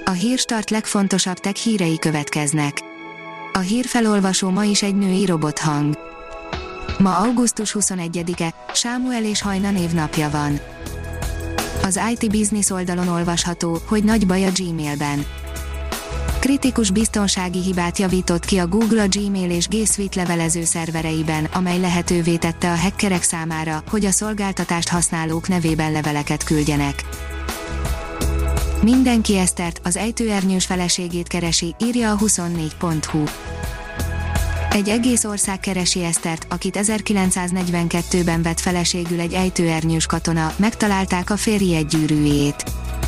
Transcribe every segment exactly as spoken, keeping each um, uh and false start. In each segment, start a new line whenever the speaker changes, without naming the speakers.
A Hírstart legfontosabb tech hírei következnek. A hírfelolvasó ma is egy női robothang. Ma augusztus huszonegyedike, Sámuel és Hajna névnapja van. Az i té Business oldalon olvasható, hogy nagy baj a Gmailben. Kritikus biztonsági hibát javított ki a Google a Gmail és G Suite levelező szervereiben, amely lehetővé tette a hackerek számára, hogy a szolgáltatást használók nevében leveleket küldjenek. Mindenki Esztert, az ejtőernyős feleségét keresi, írja a huszonnégy pont hu. Egy egész ország keresi Esztert, akit ezerkilencszáznegyvenkettőben vett feleségül egy ejtőernyős katona, megtalálták a férje gyűrűjét.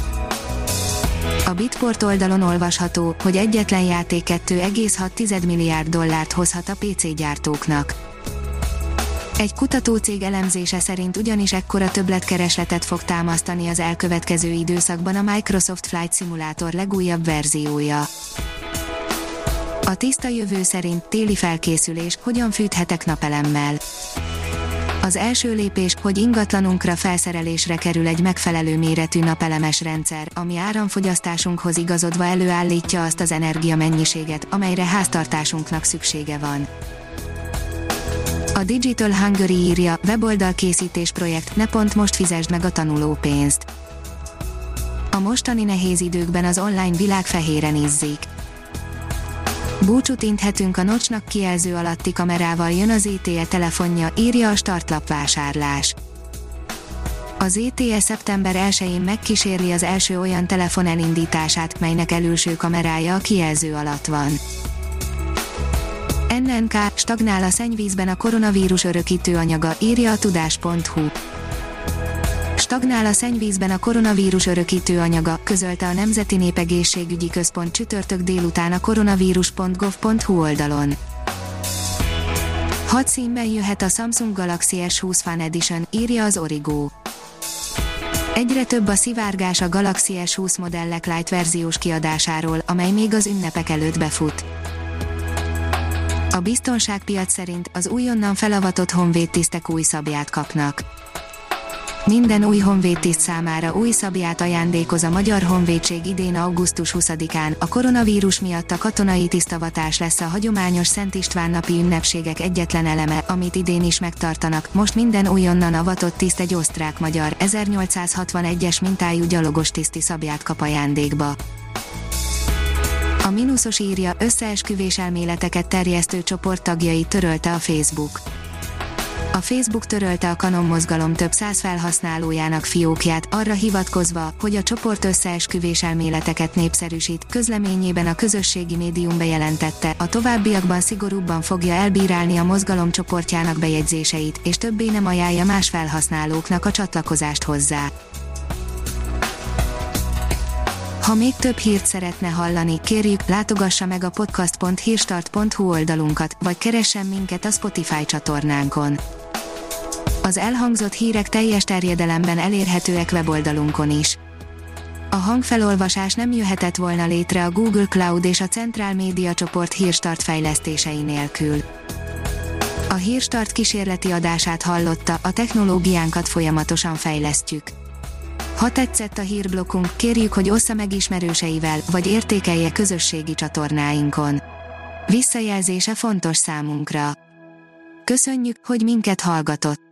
A Bitport oldalon olvasható, hogy egyetlen játék kettő egész hat milliárd dollárt hozhat a pé cé gyártóknak. Egy kutatócég elemzése szerint ugyanis ekkora többletkeresletet fog támasztani az elkövetkező időszakban a Microsoft Flight Simulator legújabb verziója. A tiszta jövő szerint téli felkészülés, hogyan fűthetek napelemmel. Az első lépés, hogy ingatlanunkra felszerelésre kerül egy megfelelő méretű napelemes rendszer, ami áramfogyasztásunkhoz igazodva előállítja azt az energiamennyiséget, amelyre háztartásunknak szüksége van. A Digital Hungary írja, weboldalkészítés projekt, ne pont most fizesd meg a tanulópénzt. A mostani nehéz időkben az online világ fehéren izzik. Búcsút inthetünk a Notchnak kijelző alatti kamerával, jön az zé té e telefonja, írja a Startlap vásárlás. A zé té e szeptember elsején megkísérli az első olyan telefon elindítását, melynek elülső kamerája a kijelző alatt van. en en ká, stagnál a szennyvízben a koronavírus örökítő anyaga, írja a tudás pont hu. Stagnál a szennyvízben a koronavírus örökítő anyaga, közölte a Nemzeti Népegészségügyi Központ csütörtök délután a koronavírus pont gov pont hu oldalon. Hat színben jöhet a Samsung Galaxy es húsz Fan Edition, írja az Origo. Egyre több a szivárgás a Galaxy es húsz modellek light verziós kiadásáról, amely még az ünnepek előtt befut. A biztonságpiac szerint az újonnan felavatott honvédtisztek új szabját kapnak. Minden új honvédtiszt számára új szabját ajándékoz a Magyar Honvédség idén augusztus huszadikán, a koronavírus miatt a katonai tisztavatás lesz a hagyományos Szent István napi ünnepségek egyetlen eleme, amit idén is megtartanak. Most minden újonnan avatott tiszt egy osztrák-magyar, ezernyolcszázhatvanegyes mintájú gyalogos tiszti szabját kap ajándékba. A Minusos írja, összeesküvés elméleteket terjesztő csoport tagjait törölte a Facebook. A Facebook törölte a Kanon mozgalom több száz felhasználójának fiókját, arra hivatkozva, hogy a csoport összeesküvés elméleteket népszerűsít. Közleményében a közösségi médium bejelentette, a továbbiakban szigorúbban fogja elbírálni a mozgalom csoportjának bejegyzéseit, és többé nem ajánlja más felhasználóknak a csatlakozást hozzá. Ha még több hírt szeretne hallani, kérjük, látogassa meg a podcast pont hírstart pont hu oldalunkat, vagy keressen minket a Spotify csatornánkon. Az elhangzott hírek teljes terjedelemben elérhetőek weboldalunkon is. A hangfelolvasás nem jöhetett volna létre a Google Cloud és a Centrál Média csoport Hírstart fejlesztései nélkül. A Hírstart kísérleti adását hallotta, a technológiánkat folyamatosan fejlesztjük. Ha tetszett a hírblokkunk, kérjük, hogy ossza meg ismerőseivel, vagy értékelje közösségi csatornáinkon. Visszajelzése fontos számunkra. Köszönjük, hogy minket hallgatott!